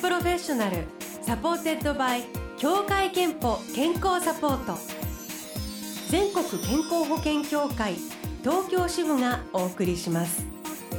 プロフェッショナルサポーテッドバイ協会憲法健康サポート、全国健康保険協会東京支部がお送りします。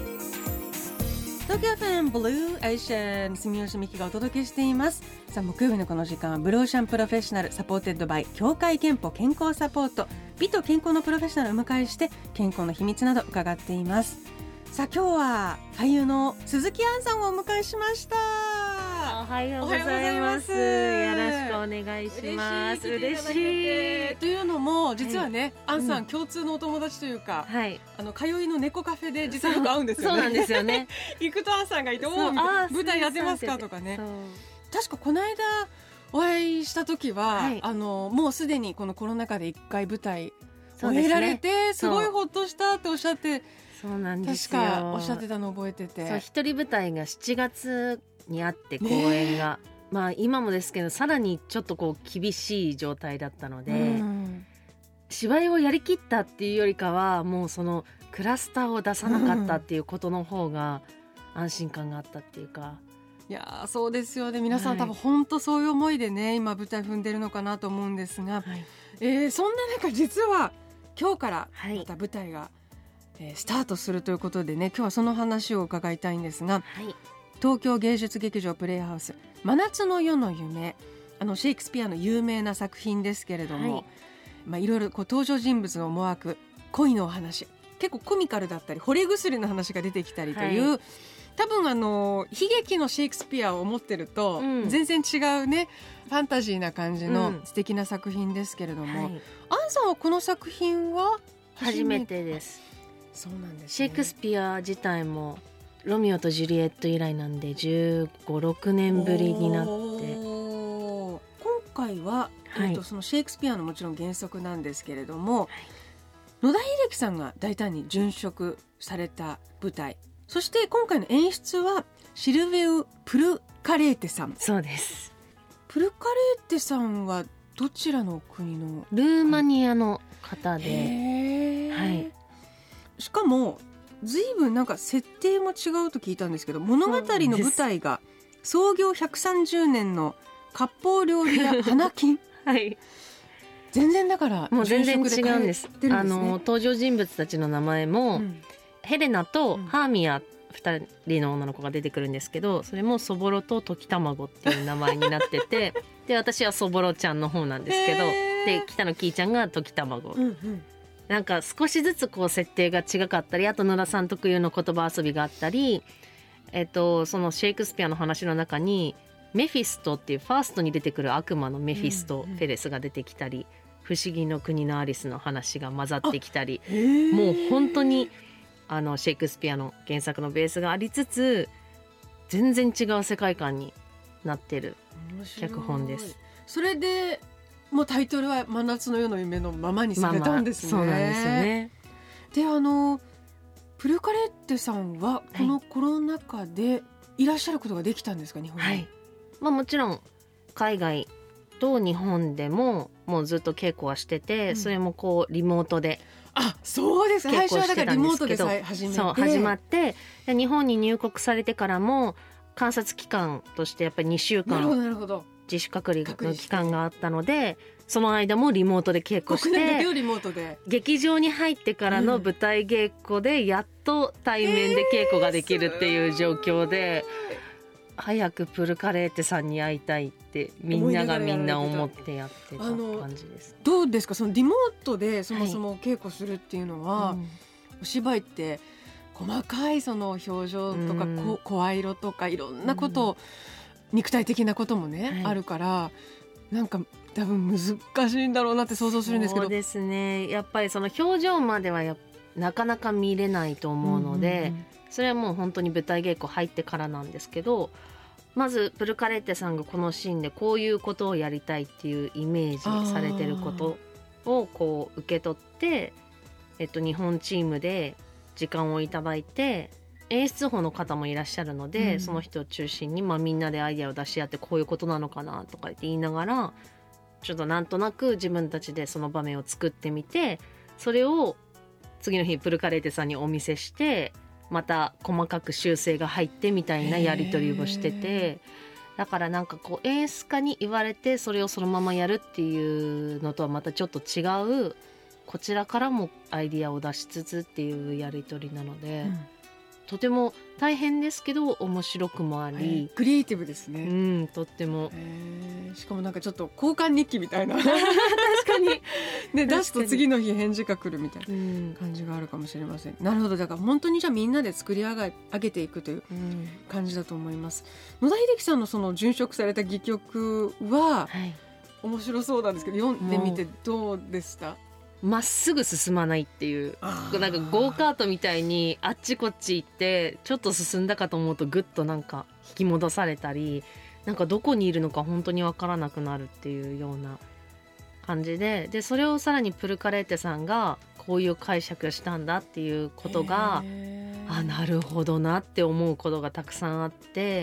東京フェンブルーエーシャン住吉美希がお届けしています。さあ、木曜日のこの時間はブルーオーシャンプロフェッショナルサポーテッドバイ協会憲法健康サポート、美と健康のプロフェッショナルをお迎えして健康の秘密など伺っています。さあ、今日は俳優の鈴木杏さんをお迎えしました。 おはようございます。よろしくお願いします。嬉しいというのも実はね、杏さん共通のお友達というか、通いの猫カフェで実はよく会うんですよね。 そうなんですよね。 行くと杏さんがいて、舞台やってますかとかね。確かこの間お会いした時は、もうすでにこのコロナ禍で1回舞台終えられて、すごいほっとしたっておっしゃって、 そうなんですよ。 確かおっしゃってたのを覚えてて、 そう一人舞台が7月にあって公演が、今もですけどさらにちょっとこう厳しい状態だったので、芝居をやりきったっていうよりかはもうそのクラスターを出さなかったっていうことの方が安心感があったっていうか、 いやそうですよね。皆さん多分本当そういう思いでね、今舞台踏んでるのかなと思うんですが、そんな中実は今日からまた舞台が、スタートするということでね、今日はその話を伺いたいんですが、東京芸術劇場プレイハウス真夏の夜の夢、シェイクスピアの有名な作品ですけれども、いろいろこう登場人物の思惑、恋のお話、結構コミカルだったり惚れ薬の話が出てきたりという、多分悲劇のシェイクスピアを思ってると、全然違うねファンタジーな感じの素敵な作品ですけれども、杏さんはこの作品は初めてです。 そうなんですね。 シェイクスピア自体もロミオとジュリエット以来なんで15、6年ぶりになって、 今回は、そのシェイクスピアのもちろん原作なんですけれども、野田秀樹さんが大胆に殉職された舞台、そして今回の演出はシルベウ・プルカレーテさん。 そうです。 プルカレーテさんはどちらの国の？ ルーマニアの方で、 しかも随分なんか設定も違うと聞いたんですけど、物語の舞台が創業130年の割烹料理屋花金全然だからもう全然違うんです。登場人物たちの名前も、ヘレナとハーミア2人の女の子が出てくるんですけど、それもそぼろと溶き卵っていう名前になっててで私はそぼろちゃんの方なんですけど、で北野キーちゃんが溶き卵、なんか少しずつこう設定が違かったり、あと野田さん特有の言葉遊びがあったり、そのシェイクスピアの話の中にメフィストっていうファーストに出てくる悪魔のメフィスト、フェレスが出てきたり、不思議の国のアリスの話が混ざってきたり、もう本当にシェイクスピアの原作のベースがありつつ全然違う世界観になってる脚本です。 それでもうタイトルは真夏の夜の夢のままにされたんですね。 そうなんですよね。 でプルカレッテさんはこのコロナ禍でいらっしゃることができたんですか、日本に？ もちろん海外と日本でももうずっと稽古はしてて、それもこうリモートでそうです。最初はだからリモートで始まって、で日本に入国されてからも観察期間としてやっぱり2週間自主隔離の期間があったので、その間もリモートで稽古して、 リモートで劇場に入ってからの舞台稽古でやっと対面で稽古ができるっていう状況で、早くプルカレーテさんに会いたいってみんながみんな思ってやってた感じです。 どうですか、そのリモートでそもそも稽古するっていうのは、お芝居って細かいその表情とか、声色とかいろんなことを、肉体的なこともね、あるからなんか多分難しいんだろうなって想像するんですけど。 そうですね、やっぱりその表情まではなかなか見れないと思うので、それはもう本当に舞台稽古入ってからなんですけど、まずプルカレッテさんがこのシーンでこういうことをやりたいっていうイメージされてることをこう受け取って、日本チームで時間をいただいて、演出法の方もいらっしゃるので、その人を中心に、みんなでアイデアを出し合って、こういうことなのかなとか言いながら、ちょっとなんとなく自分たちでその場面を作ってみて、それを次の日プルカレーテさんにお見せして、また細かく修正が入ってみたいなやり取りをしてて、 だからなんかこう演出家に言われてそれをそのままやるっていうのとはまたちょっと違う、こちらからもアイディアを出しつつっていうやり取りなので、とても大変ですけど面白くもあり、 クリエイティブですね。 とっても、 しかもなんかちょっと交換日記みたいな確かにね、出すと次の日返事が来るみたいな感じがあるかもしれません。なるほど。だから本当にじゃあみんなで作り上げていくという感じだと思います。野田秀樹さんのその殉職された戯曲は面白そうなんですけど、読んでみてどうでした？ まっすぐ進まないっていう、なんかゴーカートみたいにあっちこっち行ってちょっと進んだかと思うとぐっとなんか引き戻されたり、なんかどこにいるのか本当に分からなくなるっていうような感じで、それをさらにプルカレーテさんがこういう解釈したんだっていうことが、なるほどなって思うことがたくさんあって、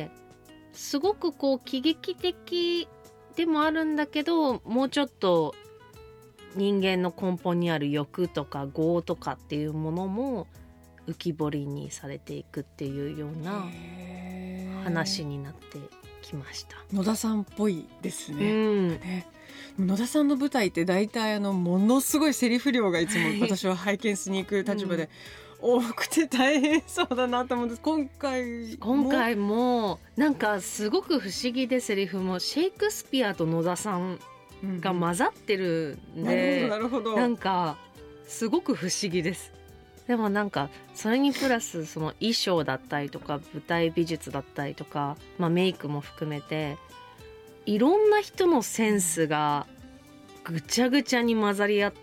すごくこう喜劇的でもあるんだけど、もうちょっと人間の根本にある欲とか業とかっていうものも浮き彫りにされていくっていうような話になってきました。 野田さんっぽいですね。野田さんの舞台って大体ものすごいセリフ量がいつも私は拝見しに行く立場で多くて大変そうだなと思うんです。今回もなんかすごく不思議で、セリフもシェイクスピアと野田さんが混ざってるんで、 なるほど。 なんかすごく不思議です。でもなんかそれにプラスその衣装だったりとか舞台美術だったりとか、メイクも含めていろんな人のセンスがぐちゃぐちゃに混ざり合って、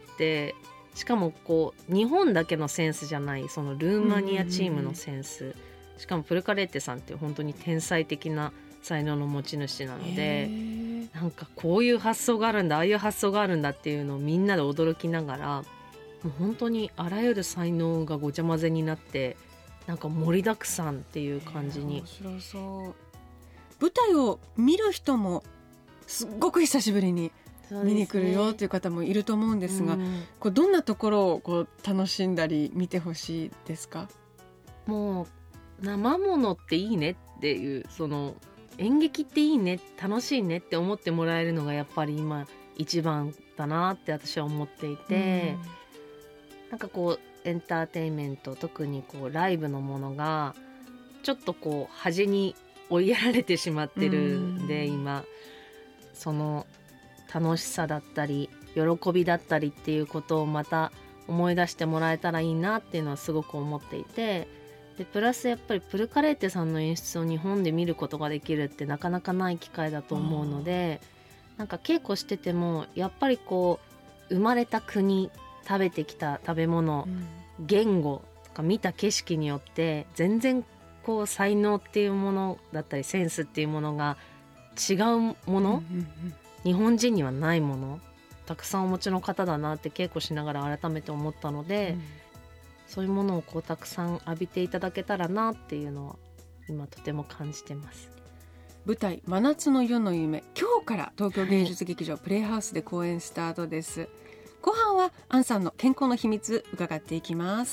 しかもこう日本だけのセンスじゃない、そのルーマニアチームのセンス、しかもプルカレッテさんって本当に天才的な才能の持ち主なので、なんかこういう発想があるんだ、ああいう発想があるんだっていうのをみんなで驚きながら、もう本当にあらゆる才能がごちゃ混ぜになって、なんか盛りだくさんっていう感じに。 面白そう。舞台を見る人もすっごく久しぶりに見に来るよっていう方もいると思うんですが、こうどんなところをこう楽しんだり見てほしいですか？ もう生ものっていいねっていう、その演劇っていいね、楽しいねって思ってもらえるのがやっぱり今一番だなって私は思っていて、なんかこうエンターテインメント、特にこうライブのものがちょっとこう端に追いやられてしまってるんで、今その楽しさだったり喜びだったりっていうことをまた思い出してもらえたらいいなっていうのはすごく思っていて、でプラスやっぱりプルカレーテさんの演出を日本で見ることができるってなかなかない機会だと思うので、なんか稽古しててもやっぱりこう生まれた国、食べてきた食べ物、言語とか見た景色によって全然こう才能っていうものだったりセンスっていうものが違うもの、日本人にはないものたくさんお持ちの方だなって稽古しながら改めて思ったので、そういうものをこうたくさん浴びていただけたらなっていうのは今とても感じてます。 舞台真夏の夜の夢、今日から東京芸術劇場プレイハウスで公演スタートです。後半はアンさんの健康の秘密伺っていきます。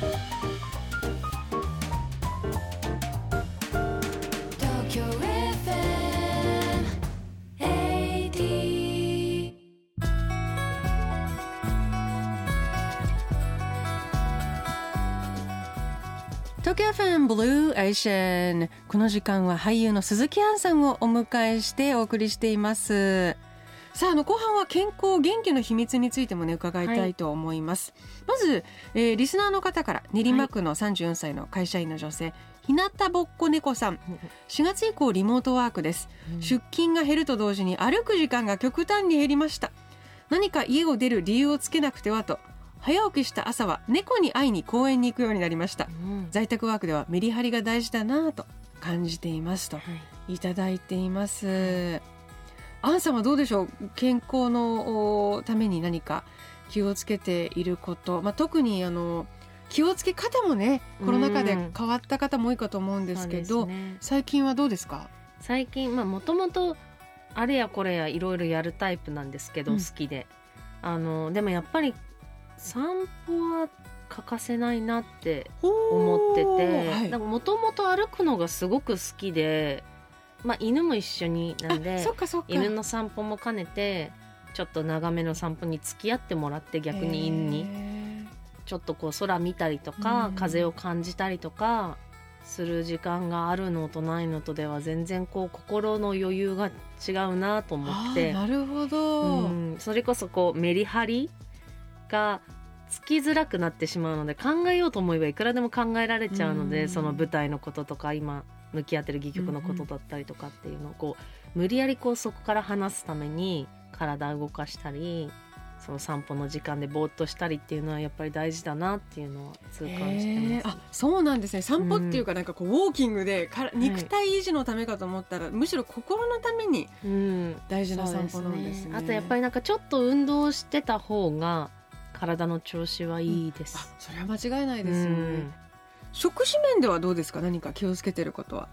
東京FM Blue Ocean、 この時間は俳優の鈴木杏さんをお迎えしてお送りしています。さあ後半は健康元気の秘密についてもね伺いたいと思います。まず、リスナーの方から練馬区の34歳の会社員の女性、日向ぼっこ猫さん、4月以降リモートワークです。出勤が減ると同時に歩く時間が極端に減りました。何か家を出る理由をつけなくてはと、早起きした朝は猫に会いに公園に行くようになりました。在宅ワークではメリハリが大事だなと感じていますといただいています。アンさんはどうでしょう、健康のために何か気をつけていること、特に気をつけ方もねコロナ禍で変わった方も多いかと思うんですけど、最近はどうですか？ 最近もともとあれやこれやいろいろやるタイプなんですけど、好きででもやっぱり散歩は欠かせないなって思ってて、もともと歩くのがすごく好きで、 犬も一緒になんで、 そっかそっか、 犬の散歩も兼ねてちょっと長めの散歩に付き合ってもらって、逆に犬にちょっとこう空見たりとか、風を感じたりとかする時間があるのとないのとでは全然こう心の余裕が違うなと思って。 なるほど、 それこそこうメリハリがつきづらくなってしまうので、考えようと思えばいくらでも考えられちゃうので、その舞台のこととか今向き合ってる戯曲のことだったりとかっていうのをこう無理やりこうそこから離すために体を動かしたり、その散歩の時間でぼーっとしたりっていうのはやっぱり大事だなっていうのは痛感してます。 そうなんですね。散歩っていうかなんかこうウォーキングで肉体維持のためかと思ったら、むしろ心のために大事な散歩なんですね。 あとやっぱりなんかちょっと運動してた方が体の調子はいいです。 それは間違いないですよね。食事面ではどうですか？何か気をつけてることは？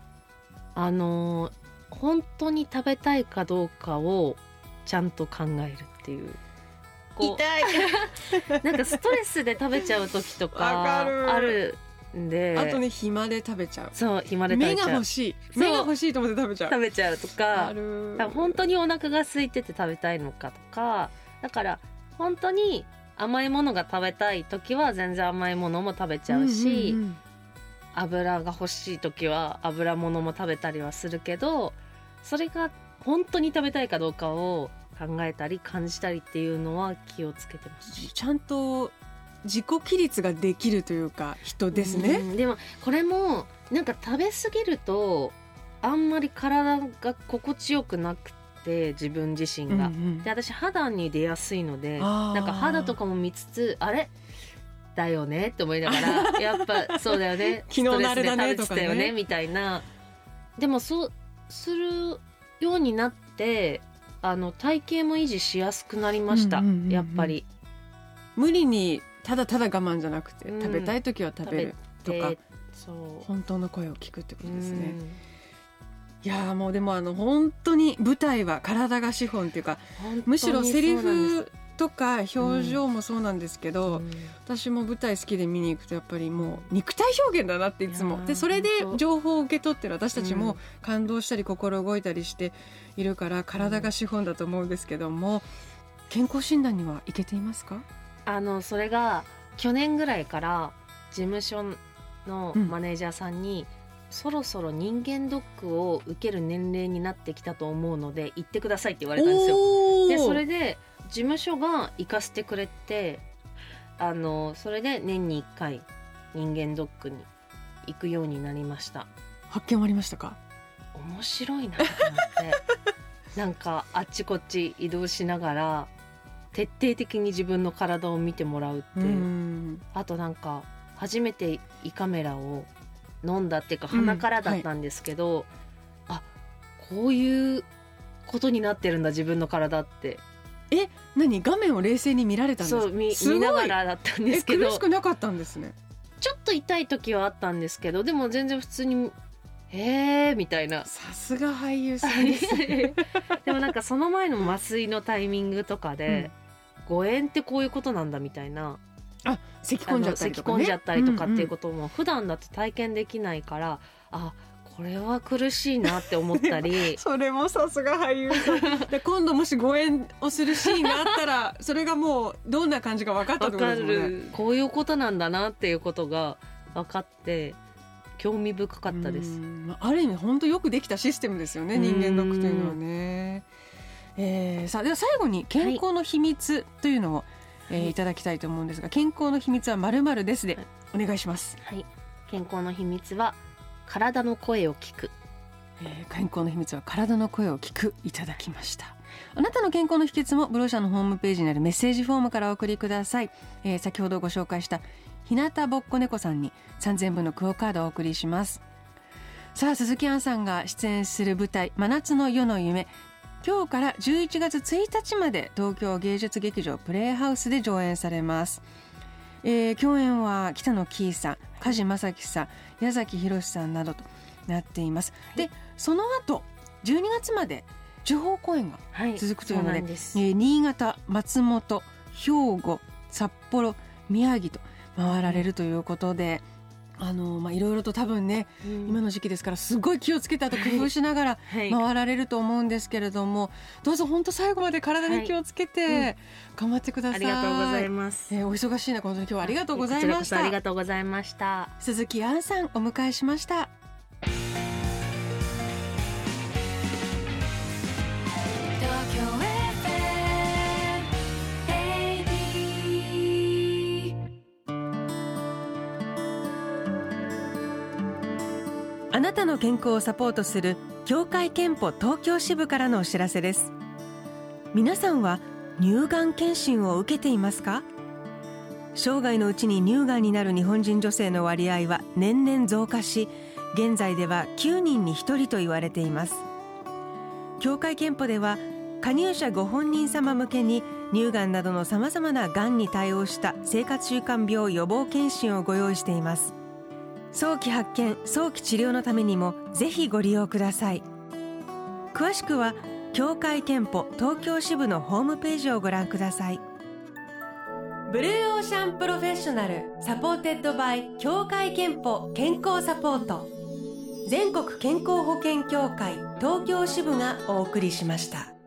本当に食べたいかどうかをちゃんと考えるっていう。 痛いなんかストレスで食べちゃう時とかあるんで、 あとね、暇で食べちゃう。 そう、暇で食べちゃう。 目が欲しいと思って食べちゃうとか、本当にお腹が空いてて食べたいのかとか、だから本当に甘いものが食べたい時は全然甘いものも食べちゃうし、油が欲しい時は油ものも食べたりはするけど、それが本当に食べたいかどうかを考えたり感じたりっていうのは気をつけてます。 ちゃんと自己規律ができるというか人ですね。 でもこれもなんか食べ過ぎるとあんまり体が心地よくなくて、自分自身が、で私肌に出やすいので、なんか肌とかも見つつ、あれだよねって思いながらやっぱそうだよね昨日のあれだねとかね、 ストレスで食べてたよねみたいな。でもそうするようになって体型も維持しやすくなりました、やっぱり。 無理にただただ我慢じゃなくて、食べたい時は食べるとか、 そう本当の声を聞くってことですね。いやもうでも本当に舞台は体が資本っていうか、むしろセリフとか表情もそうなんですけど、私も舞台好きで見に行くとやっぱりもう肉体表現だなっていつもで、それで情報を受け取ってる私たちも感動したり心動いたりしているから、体が資本だと思うんですけども、健康診断には行けていますか？ それが去年ぐらいから事務所のマネージャーさんに、そろそろ人間ドックを受ける年齢になってきたと思うので行ってくださいって言われたんですよ。でそれで事務所が行かせてくれて、それで年に1回人間ドックに行くようになりました。 発見はありましたか？ 面白いなと思ってなんかあっちこっち移動しながら徹底的に自分の体を見てもらうって、あとなんか初めて胃カメラを飲んだっていうか鼻からだったんですけど、こういうことになってるんだ自分の体って。 何、画面を冷静に見られたんですか？ そう、見ながらだったんですけど、 苦しくなかったんですね。 ちょっと痛い時はあったんですけど、でも全然普通にみたいな。 さすが俳優さんですねでもなんかその前の麻酔のタイミングとかで、誤嚥ってこういうことなんだみたいな、 咳込んじゃったりとかね、 咳込んじゃったりとかっていうことも普段だと体験できないから、これは苦しいなって思ったりそれもさすが俳優さんで、今度もし誤嚥をするシーンがあったらそれがもうどんな感じか分かったってことですもんね。 こういうことなんだなっていうことが分かって興味深かったです。 ある意味本当よくできたシステムですよね、人間ドックというのはね。さあでは最後に健康の秘密というのを、いただきたいと思うんですが、健康の秘密は〇〇ですでお願いします。 健康の秘密は体の声を聞く。 健康の秘密は体の声を聞く、いただきました。あなたの健康の秘訣もブローシャのホームページにあるメッセージフォームからお送りください。先ほどご紹介した日向ぼっこ猫さんに3000分のクオカードをお送りします。さあ鈴木杏さんが出演する舞台真夏の夜の夢、今日から11月1日まで東京芸術劇場プレイハウスで上演されます。共演は北野キーさん、梶正樹さん、矢崎宏さんなどとなっています。でその後12月まで地方公演が続くというので、新潟、松本、兵庫、札幌、宮城と回られるということで、 いろいろと多分ね、今の時期ですからすごい気をつけて、あと工夫しながら回られると思うんですけれども、どうぞ本当最後まで体に気をつけて頑張ってください。 ありがとうございます。 お忙しい中本当に今日はありがとうございました。 ありがとうございました。 鈴木杏さんお迎えしました。あなたの健康をサポートする協会憲法東京支部からのお知らせです。皆さんは乳がん検診を受けていますか？生涯のうちに乳がんになる日本人女性の割合は年々増加し、現在では9人に1人と言われています。協会憲法では加入者ご本人様向けに乳がんなどのさまざまながんに対応した生活習慣病予防検診をご用意しています。早期発見、早期治療のためにもぜひご利用ください。詳しくは協会憲法東京支部のホームページをご覧ください。ブルーオーシャンプロフェッショナルサポーテッドバイ協会憲法健康サポート、全国健康保険協会東京支部がお送りしました。